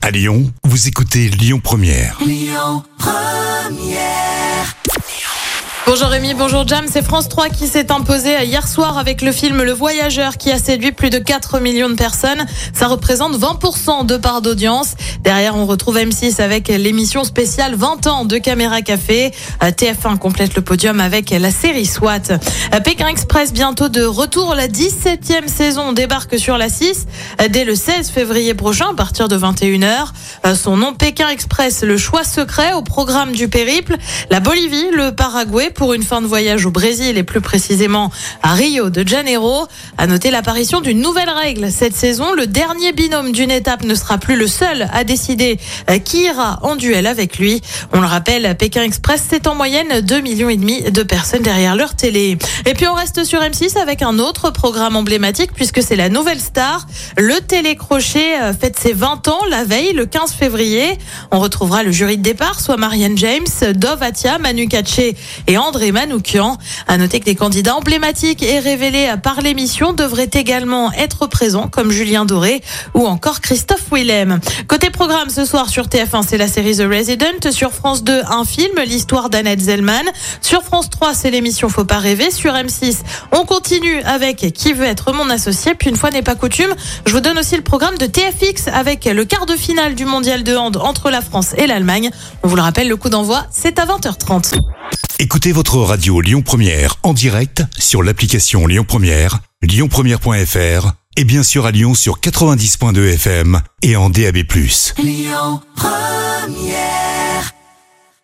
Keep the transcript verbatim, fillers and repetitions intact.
À Lyon, vous écoutez Lyon Première. Lyon Première. Bonjour Rémi, bonjour Jam, c'est France trois qui s'est imposé hier soir avec le film Le Voyageur qui a séduit plus de quatre millions de personnes. Ça représente vingt pour cent de part d'audience. Derrière, on retrouve M six avec l'émission spéciale vingt ans de Caméra Café. T F un complète le podium avec la série SWAT. Pékin Express bientôt de retour. La dix-septième saison débarque sur la six dès le seize février prochain à partir de vingt et une heures. Son nom Pékin Express, le choix secret au programme du périple. La Bolivie, le Paraguay pour une fin de voyage au Brésil et plus précisément à Rio de Janeiro. À noter l'apparition d'une nouvelle règle cette saison. Le dernier binôme d'une étape ne sera plus le seul à décider qui ira en duel avec lui. On le rappelle, Pékin Express, c'est en moyenne deux millions et demi de personnes derrière leur télé. Et puis on reste sur M six avec un autre programme emblématique puisque c'est la nouvelle star. Le télécrochet fête ses vingt ans la veille, le quinze février. On retrouvera le jury de départ, soit Marianne James, Dov Atia, Manu Katché et André Manoukian. À noter que des candidats emblématiques et révélés par l'émission devraient également être présents, comme Julien Doré ou encore Christophe Willem. Côté programme, ce soir sur T F un, c'est la série The Resident. Sur France deux, un film, l'histoire d'Annette Zellman. Sur France trois, c'est l'émission Faut pas rêver. Sur M six, on continue avec Qui veut être mon associé. Puis une fois n'est pas coutume, je vous donne aussi le programme de T F X avec le quart de finale du mondial de hand entre la France et l'Allemagne. On vous le rappelle, le coup d'envoi, c'est à vingt heures trente. Écoutez votre radio Lyon Première en direct sur l'application Lyon Première, lyon première point f r et bien sûr à Lyon sur quatre-vingt-dix point deux F M et en D A B plus. Lyon Première.